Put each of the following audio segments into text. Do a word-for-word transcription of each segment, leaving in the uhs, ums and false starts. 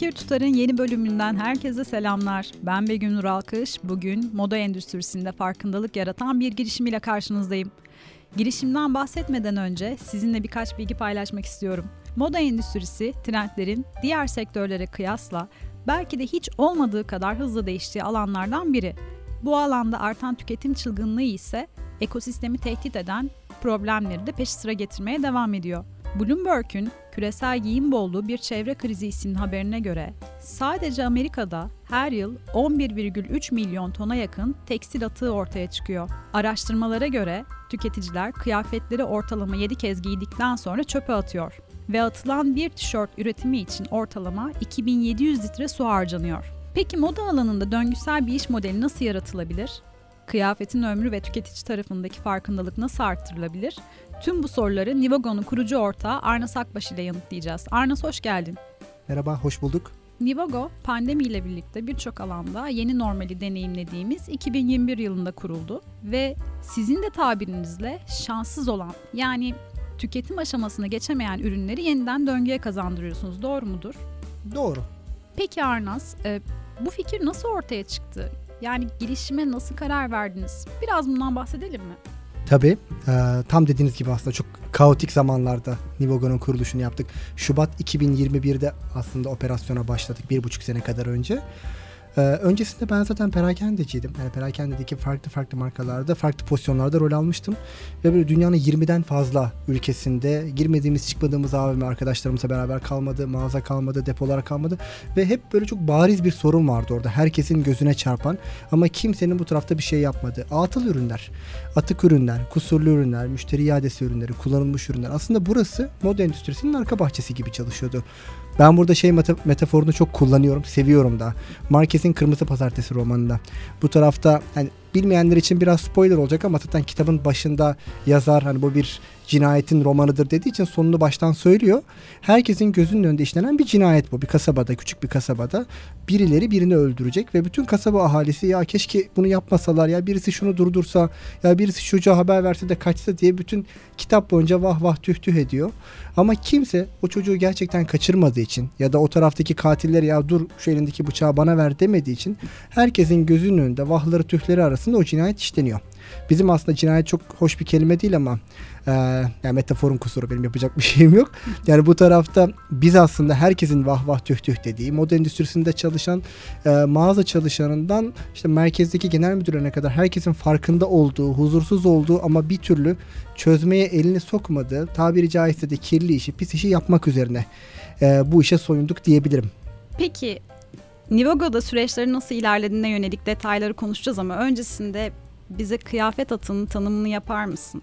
Fikir Tutar'ın yeni bölümünden herkese selamlar. Ben Begüm Nur Alkış. Bugün moda endüstrisinde farkındalık yaratan bir girişim ile karşınızdayım. Girişimden bahsetmeden önce sizinle birkaç bilgi paylaşmak istiyorum. Moda endüstrisi trendlerin diğer sektörlere kıyasla belki de hiç olmadığı kadar hızlı değiştiği alanlardan biri. Bu alanda artan tüketim çılgınlığı ise ekosistemi tehdit eden problemleri de peş sıra getirmeye devam ediyor. Bloomberg'un küresel giyim bolluğu bir çevre krizi isimli haberine göre sadece Amerika'da her yıl on bir virgül üç milyon tona yakın tekstil atığı ortaya çıkıyor. Araştırmalara göre tüketiciler kıyafetleri ortalama yedi kez giydikten sonra çöpe atıyor ve atılan bir tişört üretimi için ortalama iki bin yedi yüz litre su harcanıyor. Peki moda alanında döngüsel bir iş modeli nasıl yaratılabilir? Kıyafetin ömrü ve tüketici tarafındaki farkındalık nasıl arttırılabilir? Tüm bu soruları Nivago'nun kurucu ortağı Arnas Akbaş ile yanıtlayacağız. Arnas, hoş geldin. Merhaba, hoş bulduk. Nivago, pandemiyle birlikte birçok alanda yeni normali deneyimlediğimiz iki bin yirmi bir yılında kuruldu ve sizin de tabirinizle şanssız olan, yani tüketim aşamasına geçemeyen ürünleri yeniden döngüye kazandırıyorsunuz. Doğru mudur? Doğru. Peki Arnas, e, bu fikir nasıl ortaya çıktı? Yani girişime nasıl karar verdiniz? Biraz bundan bahsedelim mi? Tabii. E, tam dediğiniz gibi aslında çok kaotik zamanlarda Nivago'nun kuruluşunu yaptık. Şubat iki bin yirmi birde aslında operasyona başladık. Bir buçuk sene kadar önce. Ee, öncesinde ben zaten perakendeciydim. Yani perakendedeki farklı farklı markalarda, farklı pozisyonlarda rol almıştım. Ve böyle dünyanın yirmiden fazla ülkesinde girmediğimiz, çıkmadığımız A V M arkadaşlarımızla beraber kalmadı, mağaza kalmadı, depolar kalmadı. Ve hep böyle çok bariz bir sorun vardı orada. Herkesin gözüne çarpan ama kimsenin bu tarafta bir şey yapmadığı. Atıl ürünler, atık ürünler, kusurlu ürünler, müşteri iadesi ürünleri, kullanılmış ürünler. Aslında burası moda endüstrisinin arka bahçesi gibi çalışıyordu. Ben burada şey meta- metaforunu çok kullanıyorum, seviyorum da. Marquez'in Kırmızı Pazartesi romanında. Bu tarafta hani bilmeyenler için biraz spoiler olacak ama zaten kitabın başında yazar hani bu bir cinayetin romanıdır dediği için sonunu baştan söylüyor. Herkesin gözünün önünde işlenen bir cinayet bu. Bir kasabada, küçük bir kasabada birileri birini öldürecek ve bütün kasaba ahalisi ya keşke bunu yapmasalar, ya birisi şunu durdursa, ya birisi çocuğa haber verse de kaçsa diye bütün kitap boyunca vah vah tüh tüh ediyor. Ama kimse o çocuğu gerçekten kaçırmadığı için ya da o taraftaki katiller ya dur şu elindeki bıçağı bana ver demediği için herkesin gözünün önünde vahları tühleri arasında o cinayet işleniyor. Bizim aslında cinayet çok hoş bir kelime değil ama e, yani metaforun kusuru, benim yapacak bir şeyim yok. Yani bu tarafta biz aslında herkesin vah vah tüh tüh dediği, moda endüstrisinde çalışan e, mağaza çalışanından işte merkezdeki genel müdürlerine kadar herkesin farkında olduğu, huzursuz olduğu ama bir türlü çözmeye elini sokmadığı, tabiri caizse de kirli işi, pis işi yapmak üzerine e, bu işe soyunduk diyebilirim. Peki Nivago'da süreçlerin nasıl ilerlediğine yönelik detayları konuşacağız ama öncesinde bize kıyafet atığının tanımını yapar mısın?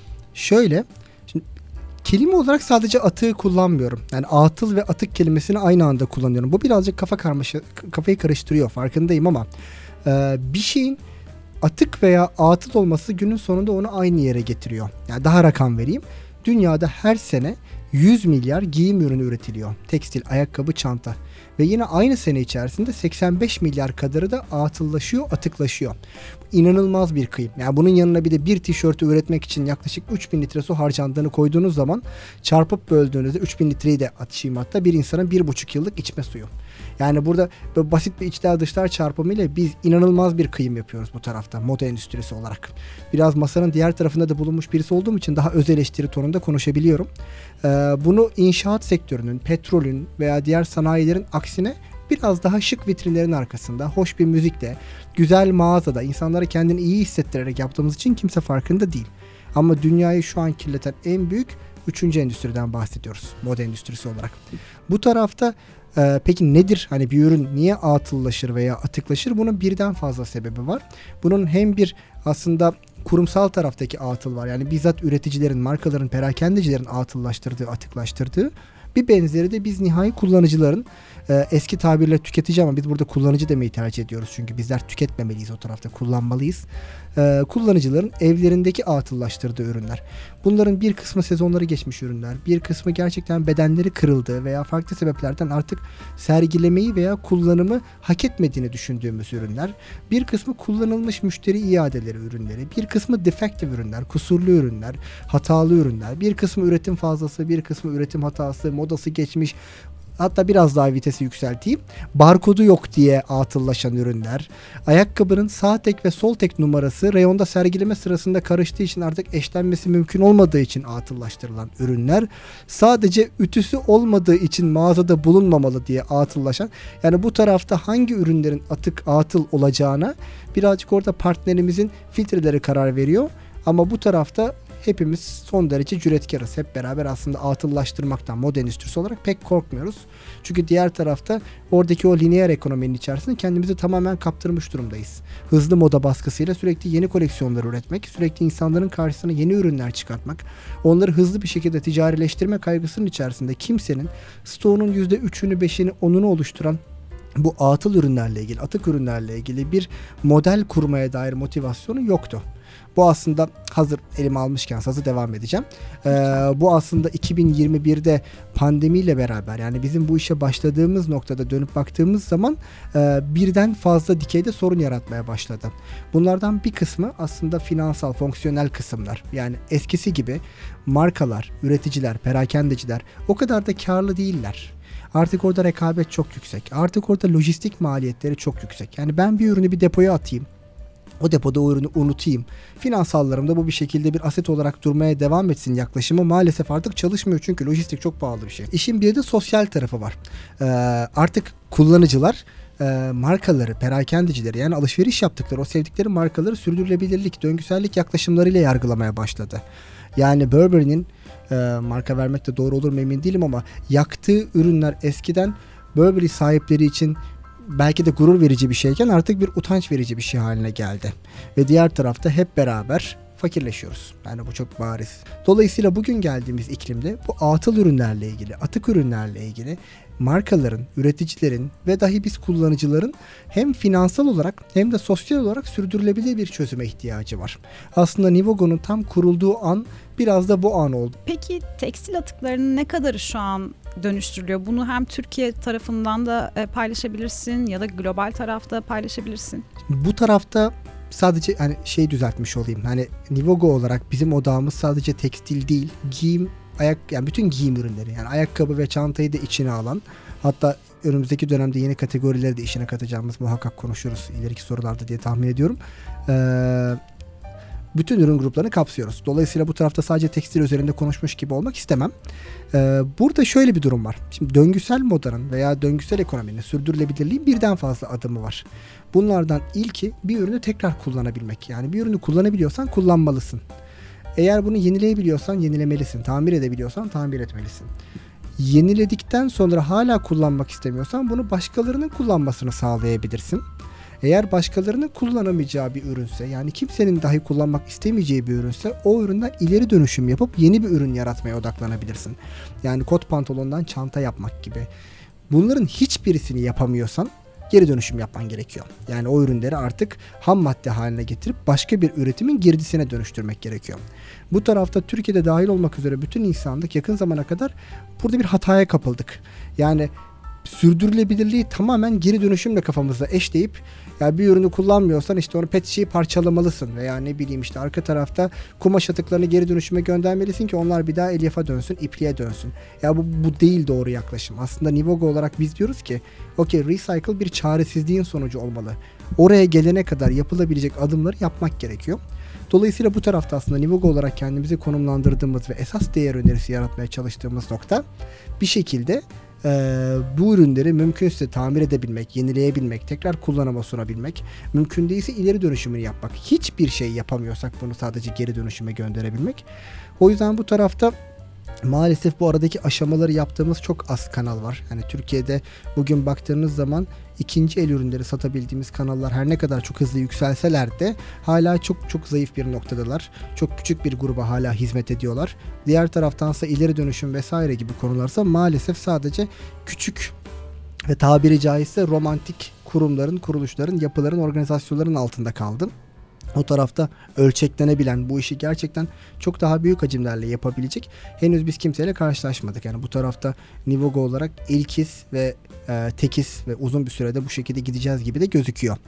Şöyle, şimdi kelime olarak sadece atığı kullanmıyorum. Yani atıl ve atık kelimesini aynı anda kullanıyorum. Bu birazcık kafa karmaşı, kafayı karıştırıyor, farkındayım ama e, bir şeyin atık veya atıl olması günün sonunda onu aynı yere getiriyor. Yani daha rakam vereyim. Dünyada her sene yüz milyar giyim ürünü üretiliyor. Tekstil, ayakkabı, çanta. Ve yine aynı sene içerisinde seksen beş milyar kadarı da atıllaşıyor, atıklaşıyor. İnanılmaz bir kıyım. Yani bunun yanına bir de bir tişörtü üretmek için yaklaşık üç bin litre su harcandığını koyduğunuz zaman çarpıp böldüğünüzde üç bin litreyi de atayım hatta bir insanın bir buçuk yıllık içme suyu. Yani burada böyle basit bir içler dışlar çarpımıyla biz inanılmaz bir kıyım yapıyoruz bu tarafta moda endüstrisi olarak. Biraz masanın diğer tarafında da bulunmuş birisi olduğum için daha öz eleştiri tonunda konuşabiliyorum. Ee, bunu inşaat sektörünün, petrolün veya diğer sanayilerin aksine biraz daha şık vitrinlerin arkasında, hoş bir müzikle, güzel mağazada insanlara kendini iyi hissettirerek yaptığımız için kimse farkında değil. Ama dünyayı şu an kirleten en büyük üçüncü endüstriden bahsediyoruz moda endüstrisi olarak. Bu tarafta e, peki nedir? Hani bir ürün niye atıllaşır veya atıklaşır? Bunun birden fazla sebebi var. Bunun hem bir aslında kurumsal taraftaki atıl var. Yani bizzat üreticilerin, markaların, perakendecilerin atıllaştırdığı, atıklaştırdığı. Bir benzeri de biz nihai kullanıcıların, e, eski tabirle tüketici ama biz burada kullanıcı demeyi tercih ediyoruz. Çünkü bizler tüketmemeliyiz, o tarafta kullanmalıyız. E, kullanıcıların evlerindeki atıllaştırdığı ürünler. Bunların bir kısmı sezonları geçmiş ürünler, bir kısmı gerçekten bedenleri kırıldı veya farklı sebeplerden artık sergilemeyi veya kullanımı hak etmediğini düşündüğümüz ürünler. Bir kısmı kullanılmış müşteri iadeleri ürünleri, bir kısmı defective ürünler, kusurlu ürünler, hatalı ürünler, bir kısmı üretim fazlası, bir kısmı üretim hatası, modası geçmiş, Hatta biraz daha vitesi yükselteyim. Barkodu yok diye atıllaşan ürünler. Ayakkabının sağ tek ve sol tek numarası reyonda sergileme sırasında karıştığı için artık eşlenmesi mümkün olmadığı için atıllaştırılan ürünler. Sadece ütüsü olmadığı için mağazada bulunmamalı diye atıllaşan. Yani bu tarafta hangi ürünlerin atık atıl olacağına birazcık orada partnerimizin filtreleri karar veriyor. Ama bu tarafta hepimiz son derece cüretkarız. Hep beraber aslında atıllaştırmaktan moda endüstrisi olarak pek korkmuyoruz. Çünkü diğer tarafta oradaki o lineer ekonominin içerisinde kendimizi tamamen kaptırmış durumdayız. Hızlı moda baskısıyla sürekli yeni koleksiyonlar üretmek, sürekli insanların karşısına yeni ürünler çıkartmak, onları hızlı bir şekilde ticarileştirme kaygısının içerisinde kimsenin stoğunun yüzde üçünü, beşini, onunu oluşturan bu atıl ürünlerle ilgili, atık ürünlerle ilgili bir model kurmaya dair motivasyonu yoktu. Bu aslında hazır elime almışken sazı devam edeceğim. Ee, bu aslında iki bin yirmi birde pandemiyle beraber, yani bizim bu işe başladığımız noktada dönüp baktığımız zaman e, birden fazla dikeyde sorun yaratmaya başladı. Bunlardan bir kısmı aslında finansal, fonksiyonel kısımlar. Yani eskisi gibi markalar, üreticiler, perakendeciler o kadar da karlı değiller. Artık orada rekabet çok yüksek. Artık orada lojistik maliyetleri çok yüksek. Yani ben bir ürünü bir depoya atayım. O depoda o ürünü unutayım. Finansallarımda bu bir şekilde bir aset olarak durmaya devam etsin yaklaşımı maalesef artık çalışmıyor. Çünkü lojistik çok pahalı bir şey. İşin bir de sosyal tarafı var. Ee, artık kullanıcılar e, markaları, perakendecileri, yani alışveriş yaptıkları, o sevdikleri markaları sürdürülebilirlik, döngüsellik yaklaşımlarıyla yargılamaya başladı. Yani Burberry'nin e, marka vermek de doğru olur mu emin değilim ama yaktığı ürünler eskiden Burberry sahipleri için belki de gurur verici bir şeyken artık bir utanç verici bir şey haline geldi. Ve diğer tarafta hep beraber fakirleşiyoruz. Yani bu çok bariz. Dolayısıyla bugün geldiğimiz iklimde bu atıl ürünlerle ilgili, atık ürünlerle ilgili markaların, üreticilerin ve dahi biz kullanıcıların hem finansal olarak hem de sosyal olarak sürdürülebilir bir çözüme ihtiyacı var. Aslında Nivogo'nun tam kurulduğu an biraz da bu an oldu. Peki tekstil atıklarının ne kadarı şu an dönüştürülüyor? Bunu hem Türkiye tarafından da paylaşabilirsin ya da global tarafta paylaşabilirsin. Bu tarafta sadece hani şey düzeltmiş olayım. Hani Nivogo olarak bizim odağımız sadece tekstil değil, giyim, ayak, yani bütün giyim ürünleri, yani ayakkabı ve çantayı da içine alan, hatta önümüzdeki dönemde yeni kategorileri de işine katacağımız muhakkak konuşuruz ileriki sorularda diye tahmin ediyorum. Ee, bütün ürün gruplarını kapsıyoruz. Dolayısıyla bu tarafta sadece tekstil üzerinde konuşmuş gibi olmak istemem. Ee, burada şöyle bir durum var. Şimdi döngüsel modanın veya döngüsel ekonominin, sürdürülebilirliğin birden fazla adımı var. Bunlardan ilki bir ürünü tekrar kullanabilmek. Yani bir ürünü kullanabiliyorsan kullanmalısın. Eğer bunu yenileyebiliyorsan yenilemelisin. Tamir edebiliyorsan tamir etmelisin. Yeniledikten sonra hala kullanmak istemiyorsan bunu başkalarının kullanmasını sağlayabilirsin. Eğer başkalarının kullanamayacağı bir ürünse, yani kimsenin dahi kullanmak istemeyeceği bir ürünse, o üründen ileri dönüşüm yapıp yeni bir ürün yaratmaya odaklanabilirsin. Yani kot pantolondan çanta yapmak gibi. Bunların hiçbirisini yapamıyorsan geri dönüşüm yapman gerekiyor. Yani o ürünleri artık ham madde haline getirip başka bir üretimin girdisine dönüştürmek gerekiyor. Bu tarafta Türkiye'de dahil olmak üzere bütün insanlık yakın zamana kadar burada bir hataya kapıldık. Yani sürdürülebilirliği tamamen geri dönüşümle kafamızda eşleyip, ya bir ürünü kullanmıyorsan işte onu pet şişeyi parçalamalısın veya ne bileyim işte arka tarafta kumaş atıklarını geri dönüşüme göndermelisin ki onlar bir daha elyafa dönsün, ipliğe dönsün. Ya bu, bu değil doğru yaklaşım. Aslında Nivogo olarak biz diyoruz ki okey, recycle bir çaresizliğin sonucu olmalı. Oraya gelene kadar yapılabilecek adımları yapmak gerekiyor. Dolayısıyla bu tarafta aslında Nivogo olarak kendimizi konumlandırdığımız ve esas değer önerisi yaratmaya çalıştığımız nokta bir şekilde Ee, bu ürünleri mümkünse tamir edebilmek, yenileyebilmek, tekrar kullanıma sunabilmek, mümkün değilse ileri dönüşümünü yapmak. Hiçbir şey yapamıyorsak bunu sadece geri dönüşüme gönderebilmek. O yüzden bu tarafta maalesef bu aradaki aşamaları yaptığımız çok az kanal var. Yani Türkiye'de bugün baktığınız zaman ikinci el ürünleri satabildiğimiz kanallar her ne kadar çok hızlı yükselseler de hala çok çok zayıf bir noktadalar. Çok küçük bir gruba hala hizmet ediyorlar. Diğer taraftansa ileri dönüşüm vesaire gibi konularsa maalesef sadece küçük ve tabiri caizse romantik kurumların, kuruluşların, yapıların, organizasyonların altında kaldım. O tarafta ölçeklenebilen, bu işi gerçekten çok daha büyük hacimlerle yapabilecek henüz biz kimseyle karşılaşmadık. Yani bu tarafta Nivogo olarak ilkiz ve e, tekiz ve uzun bir sürede bu şekilde gideceğiz gibi de gözüküyor.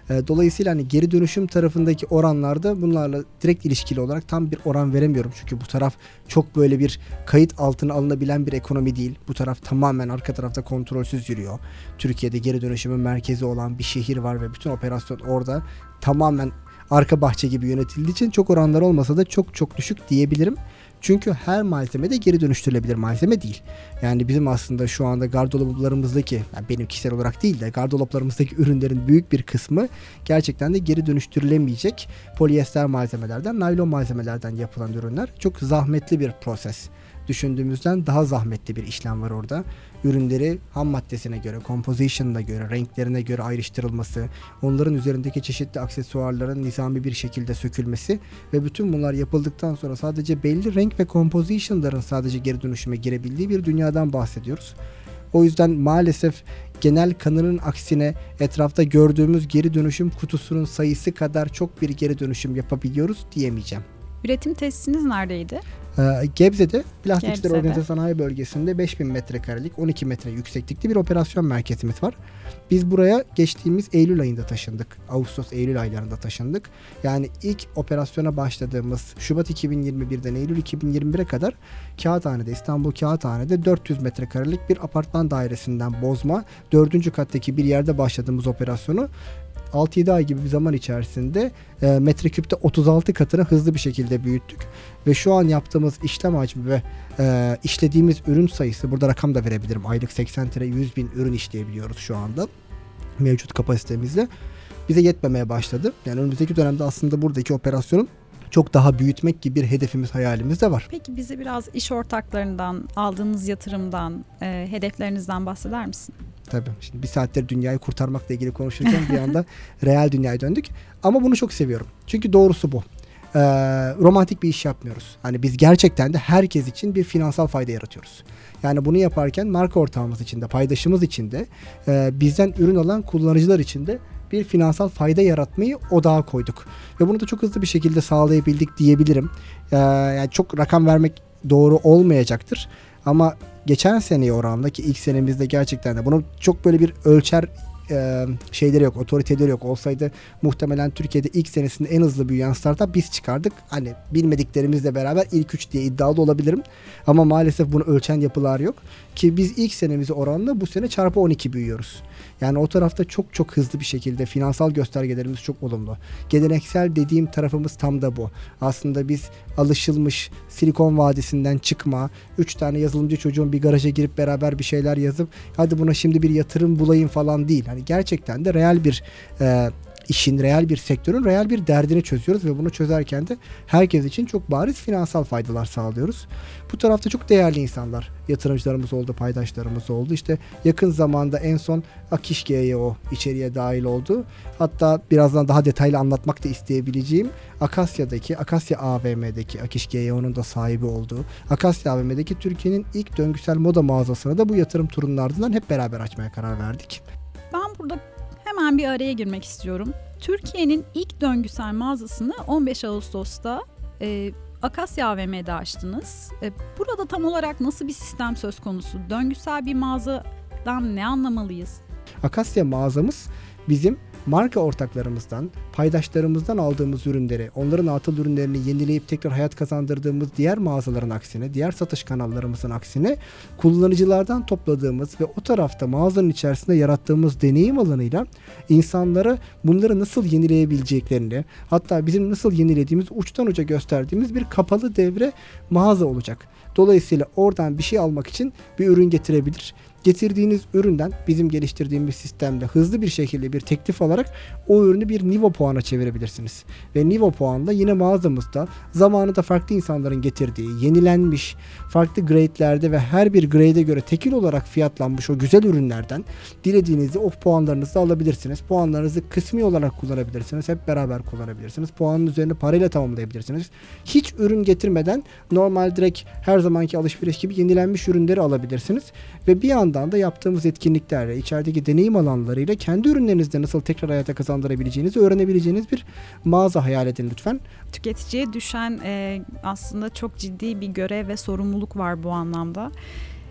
E, dolayısıyla hani geri dönüşüm tarafındaki oranlarda bunlarla direkt ilişkili olarak tam bir oran veremiyorum. Çünkü bu taraf çok böyle bir kayıt altına alınabilen bir ekonomi değil. Bu taraf tamamen arka tarafta kontrolsüz yürüyor. Türkiye'de geri dönüşümün merkezi olan bir şehir var ve bütün operasyon orada tamamen arka bahçe gibi yönetildiği için çok oranlar olmasa da çok çok düşük diyebilirim. Çünkü her malzeme de geri dönüştürülebilir malzeme değil. Yani bizim aslında şu anda gardıroplarımızdaki, yani benim kişisel olarak değil de gardıroplarımızdaki ürünlerin büyük bir kısmı gerçekten de geri dönüştürülemeyecek polyester malzemelerden, naylon malzemelerden yapılan ürünler. Çok zahmetli bir proses. Düşündüğümüzden daha zahmetli bir işlem var orada. Ürünleri ham maddesine göre, composition'ına göre, renklerine göre ayrıştırılması, onların üzerindeki çeşitli aksesuarların nizami bir şekilde sökülmesi ve bütün bunlar yapıldıktan sonra sadece belli renk ve composition'ların sadece geri dönüşüme girebildiği bir dünyadan bahsediyoruz. O yüzden maalesef genel kanının aksine etrafta gördüğümüz geri dönüşüm kutusunun sayısı kadar çok bir geri dönüşüm yapabiliyoruz diyemeyeceğim. Üretim tesisiniz neredeydi? Ee, Gebze'de Plastikçiler Gebze'de. Organize Sanayi Bölgesi'nde beş bin metrekarelik on iki metre yükseklikte bir operasyon merkezimiz var. Biz buraya geçtiğimiz Eylül ayında taşındık. Ağustos-Eylül aylarında taşındık. Yani ilk operasyona başladığımız Şubat iki bin yirmi birden Eylül iki bin yirmi bire kadar Kağıthane'de, İstanbul Kağıthane'de dört yüz metrekarelik bir apartman dairesinden bozma dördüncü kattaki bir yerde başladığımız operasyonu altı yedi ay gibi bir zaman içerisinde e, metreküpte otuz altı katına hızlı bir şekilde büyüttük. Ve şu an yaptığımız işlem hacmi ve e, işlediğimiz ürün sayısı, burada rakam da verebilirim. Aylık seksen yüz bin ürün işleyebiliyoruz şu anda mevcut kapasitemizle. Bize yetmemeye başladı. Yani önümüzdeki dönemde aslında buradaki operasyonun çok daha büyütmek gibi bir hedefimiz, hayalimiz de var. Peki bize biraz iş ortaklarından, aldığınız yatırımdan, e, hedeflerinizden bahseder misin? Tabii. Şimdi bir saattir dünyayı kurtarmakla ilgili konuşurken bir anda real dünyaya döndük. Ama bunu çok seviyorum. Çünkü doğrusu bu. Ee, romantik bir iş yapmıyoruz. Hani biz gerçekten de herkes için bir finansal fayda yaratıyoruz. Yani bunu yaparken marka ortağımız için de, paydaşımız için de, e, bizden ürün alan kullanıcılar için de bir finansal fayda yaratmayı odağa koyduk. Ve bunu da çok hızlı bir şekilde sağlayabildik diyebilirim. Ee, yani çok rakam vermek doğru olmayacaktır. Ama geçen seneye oranla, ki ilk senemizde gerçekten de bunun çok böyle bir ölçer e, şeyleri yok, otoriteleri yok. Olsaydı muhtemelen Türkiye'de ilk senesinde en hızlı büyüyen startup biz çıkardık. Hani bilmediklerimizle beraber ilk üç diye iddialı olabilirim. Ama maalesef bunu ölçen yapılar yok. Ki biz ilk senemizi oranla bu sene çarpı on iki büyüyoruz. Yani o tarafta çok çok hızlı bir şekilde finansal göstergelerimiz çok olumlu. Geleneksel dediğim tarafımız tam da bu. Aslında biz alışılmış Silikon Vadisi'nden çıkma, üç tane yazılımcı çocuğun bir garaja girip beraber bir şeyler yazıp hadi buna şimdi bir yatırım bulayım falan değil. Hani gerçekten de real bir e, işin, real bir sektörün real bir derdini çözüyoruz ve bunu çözerken de herkes için çok bariz finansal faydalar sağlıyoruz. Bu tarafta çok değerli insanlar, yatırımcılarımız oldu, paydaşlarımız oldu. İşte yakın zamanda en son Akiş G Y O içeriye dahil oldu. Hatta birazdan daha detaylı anlatmak da isteyebileceğim Akasya'daki, Akasya A V M'deki Akiş G Y O'nun da sahibi olduğu Akasya A V M'deki Türkiye'nin ilk döngüsel moda mağazasını da bu yatırım turunun ardından hep beraber açmaya karar verdik. Ben burada hemen bir araya girmek istiyorum. Türkiye'nin ilk döngüsel mağazasını on beş Ağustos'ta e, Akasya A V M'de açtınız. E, burada tam olarak nasıl bir sistem söz konusu? Döngüsel bir mağazadan ne anlamalıyız? Akasya mağazamız bizim marka ortaklarımızdan, paydaşlarımızdan aldığımız ürünleri, onların atıl ürünlerini yenileyip tekrar hayat kazandırdığımız diğer mağazaların aksine, diğer satış kanallarımızın aksine kullanıcılardan topladığımız ve o tarafta mağazanın içerisinde yarattığımız deneyim alanıyla insanlara bunları nasıl yenileyebileceklerini, hatta bizim nasıl yenilediğimiz uçtan uca gösterdiğimiz bir kapalı devre mağaza olacak. Dolayısıyla oradan bir şey almak için bir ürün getirebilir. Getirdiğiniz üründen bizim geliştirdiğimiz sistemle hızlı bir şekilde bir teklif alarak o ürünü bir Nivo puana çevirebilirsiniz. Ve Nivo puanla yine mağazamızda zamanında farklı insanların getirdiği, yenilenmiş, farklı grade'lerde ve her bir grade'e göre tekil olarak fiyatlanmış o güzel ürünlerden dilediğinizde o puanlarınızı alabilirsiniz. Puanlarınızı kısmi olarak kullanabilirsiniz. Hep beraber kullanabilirsiniz. Puanın üzerine parayla tamamlayabilirsiniz. Hiç ürün getirmeden normal direkt her zamanki alışveriş gibi yenilenmiş ürünleri alabilirsiniz. Ve bir anda da yaptığımız etkinliklerle, içerideki deneyim alanlarıyla kendi ürünlerinizde nasıl tekrar hayata kazandırabileceğinizi öğrenebileceğiniz bir mağaza hayal edin lütfen. Tüketiciye düşen e, aslında çok ciddi bir görev ve sorumluluk var bu anlamda.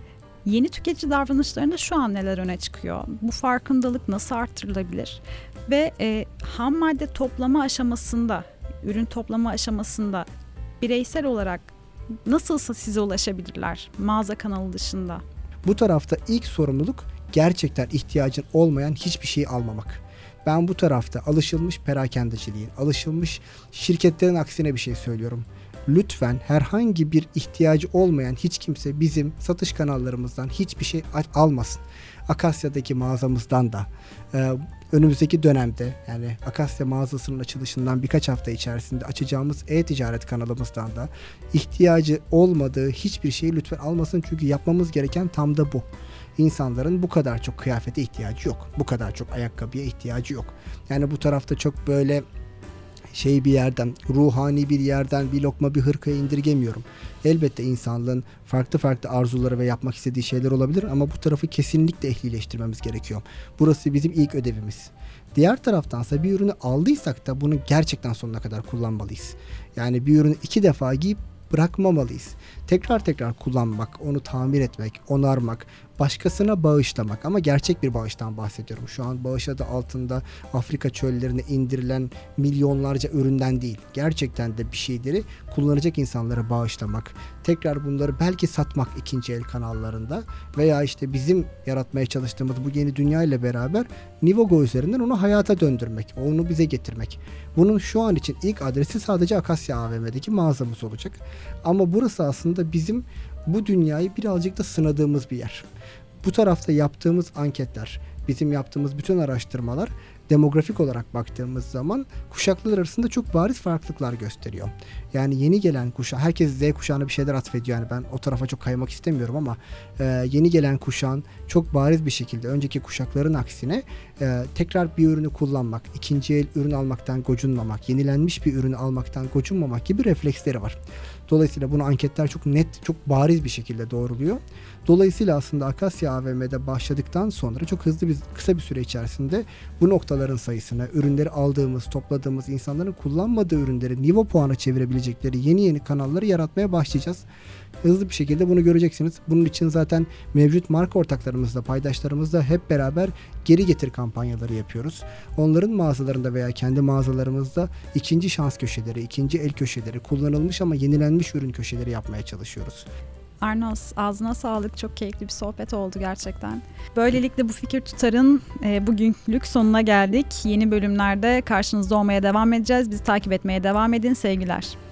Yeni tüketici davranışlarında şu an neler öne çıkıyor? Bu farkındalık nasıl arttırılabilir? Ve e, ham madde toplama aşamasında, ürün toplama aşamasında bireysel olarak nasıl size ulaşabilirler mağaza kanalı dışında? Bu tarafta ilk sorumluluk gerçekten ihtiyacın olmayan hiçbir şeyi almamak. Ben bu tarafta alışılmış perakendeciliğin, alışılmış şirketlerin aksine bir şey söylüyorum. Lütfen herhangi bir ihtiyacı olmayan hiç kimse bizim satış kanallarımızdan hiçbir şey almasın. Akasya'daki mağazamızdan da e, önümüzdeki dönemde, yani Akasya mağazasının açılışından birkaç hafta içerisinde açacağımız e-ticaret kanalımızdan da ihtiyacı olmadığı hiçbir şeyi lütfen almasın. Çünkü yapmamız gereken tam da bu. İnsanların bu kadar çok kıyafete ihtiyacı yok. Bu kadar çok ayakkabıya ihtiyacı yok. Yani bu tarafta çok böyle şey bir yerden, ruhani bir yerden bir lokma bir hırkaya indirgemiyorum. Elbette insanlığın farklı farklı arzuları ve yapmak istediği şeyler olabilir ama bu tarafı kesinlikle ehlileştirmemiz gerekiyor. Burası bizim ilk ödevimiz. Diğer taraftansa bir ürünü aldıysak da bunu gerçekten sonuna kadar kullanmalıyız. Yani bir ürünü iki defa giyip bırakmamalıyız. Tekrar tekrar kullanmak, onu tamir etmek, onarmak, başkasına bağışlamak, ama gerçek bir bağıştan bahsediyorum. Şu an bağış adı altında Afrika çöllerine indirilen milyonlarca üründen değil. Gerçekten de bir şeyleri kullanacak insanlara bağışlamak, tekrar bunları belki satmak ikinci el kanallarında veya işte bizim yaratmaya çalıştığımız bu yeni dünya ile beraber Nivogo üzerinden onu hayata döndürmek, onu bize getirmek. Bunun şu an için ilk adresi sadece Akasya A V M'deki mağazamız olacak. Ama burası aslında bizim bu dünyayı birazcık da sınadığımız bir yer. Bu tarafta yaptığımız anketler, bizim yaptığımız bütün araştırmalar demografik olarak baktığımız zaman kuşaklar arasında çok bariz farklılıklar gösteriyor. Yani yeni gelen kuşa, herkes Z kuşağına bir şeyler atfediyor. Yani ben o tarafa çok kaymak istemiyorum ama e, yeni gelen kuşağın çok bariz bir şekilde önceki kuşakların aksine e, tekrar bir ürünü kullanmak, ikinci el ürün almaktan gocunmamak, yenilenmiş bir ürünü almaktan gocunmamak gibi refleksleri var. Dolayısıyla bunu anketler çok net, çok bariz bir şekilde doğruluyor. Dolayısıyla aslında Akasya A V M'de başladıktan sonra çok hızlı bir kısa bir süre içerisinde bu noktaların sayısını, ürünleri aldığımız, topladığımız, insanların kullanmadığı ürünleri Nivo puana çevirebilecekleri yeni yeni kanalları yaratmaya başlayacağız. Hızlı bir şekilde bunu göreceksiniz. Bunun için zaten mevcut marka ortaklarımızla, paydaşlarımızla hep beraber geri getir kampanyaları yapıyoruz. Onların mağazalarında veya kendi mağazalarımızda ikinci şans köşeleri, ikinci el köşeleri, kullanılmış ama yenilenmiş ürün köşeleri yapmaya çalışıyoruz. Arnaz, ağzına sağlık. Çok keyifli bir sohbet oldu gerçekten. Böylelikle bu fikir tutarın e, bugünlük sonuna geldik. Yeni bölümlerde karşınızda olmaya devam edeceğiz. Bizi takip etmeye devam edin. Sevgiler.